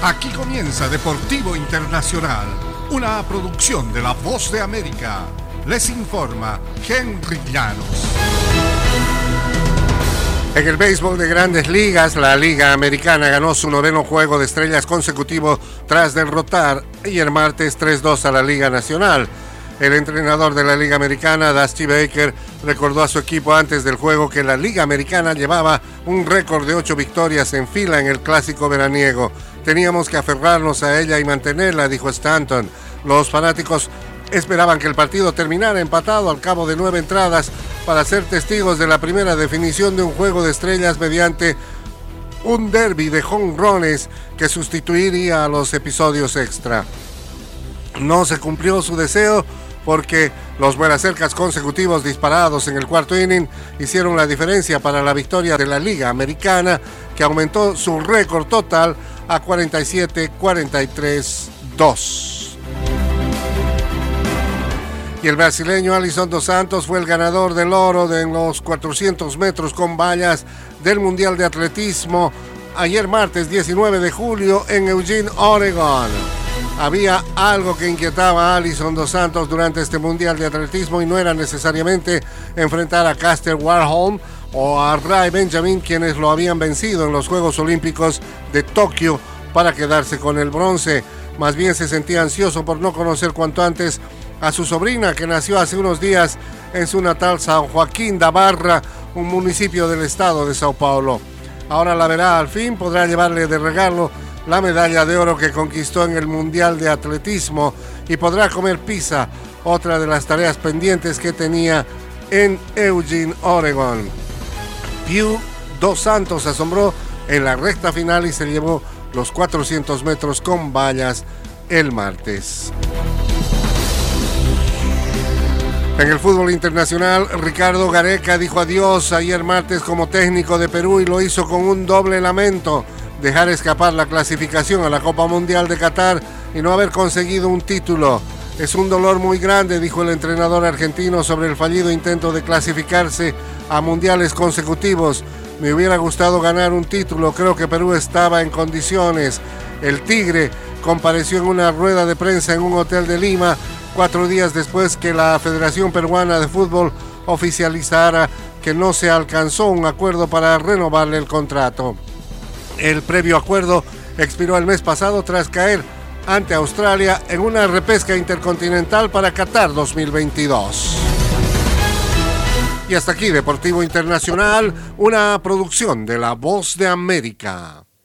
Aquí comienza Deportivo Internacional, una producción de La Voz de América. Les informa Henry Llanos. En el béisbol de Grandes Ligas, la Liga Americana ganó su 9º juego de estrellas consecutivo tras derrotar ayer martes 3-2 a la Liga Nacional. El entrenador de la Liga Americana, Dusty Baker, recordó a su equipo antes del juego que la Liga Americana llevaba un récord de 8 victorias en fila en el clásico veraniego. Teníamos que aferrarnos a ella y mantenerla, dijo Stanton. Los fanáticos esperaban que el partido terminara empatado al cabo de 9 entradas para ser testigos de la primera definición de un juego de estrellas mediante un derbi de jonrones que sustituiría a los episodios extra. No se cumplió su deseo porque los vuelacercas consecutivos disparados en el cuarto inning hicieron la diferencia para la victoria de la Liga Americana, que aumentó su récord total a 47-43-2. Y el brasileño Alisson dos Santos fue el ganador del oro en los 400 metros con vallas del Mundial de Atletismo ayer martes 19 de julio en Eugene, Oregon. Había algo que inquietaba a Alisson dos Santos durante este Mundial de Atletismo y no era necesariamente enfrentar a Caster Warholm o a Ray Benjamin, quienes lo habían vencido en los Juegos Olímpicos de Tokio para quedarse con el bronce. Más bien se sentía ansioso por no conocer cuanto antes a su sobrina, que nació hace unos días en su natal San Joaquín da Barra, un municipio del estado de Sao Paulo. Ahora la verá al fin, podrá llevarle de regalo la medalla de oro que conquistó en el Mundial de Atletismo y podrá comer pizza, otra de las tareas pendientes que tenía en Eugene, Oregon. Piu dos Santos asombró en la recta final y se llevó los 400 metros con vallas el martes. En el fútbol internacional, Ricardo Gareca dijo adiós ayer martes como técnico de Perú y lo hizo con un doble lamento: dejar escapar la clasificación a la Copa Mundial de Qatar y no haber conseguido un título. Es un dolor muy grande, dijo el entrenador argentino sobre el fallido intento de clasificarse a mundiales consecutivos. Me hubiera gustado ganar un título, creo que Perú estaba en condiciones. El Tigre compareció en una rueda de prensa en un hotel de Lima 4 días después que la Federación Peruana de Fútbol oficializara que no se alcanzó un acuerdo para renovarle el contrato. El previo acuerdo expiró el mes pasado tras caer ante Australia en una repesca intercontinental para Qatar 2022. Y hasta aquí Deportivo Internacional, una producción de La Voz de América.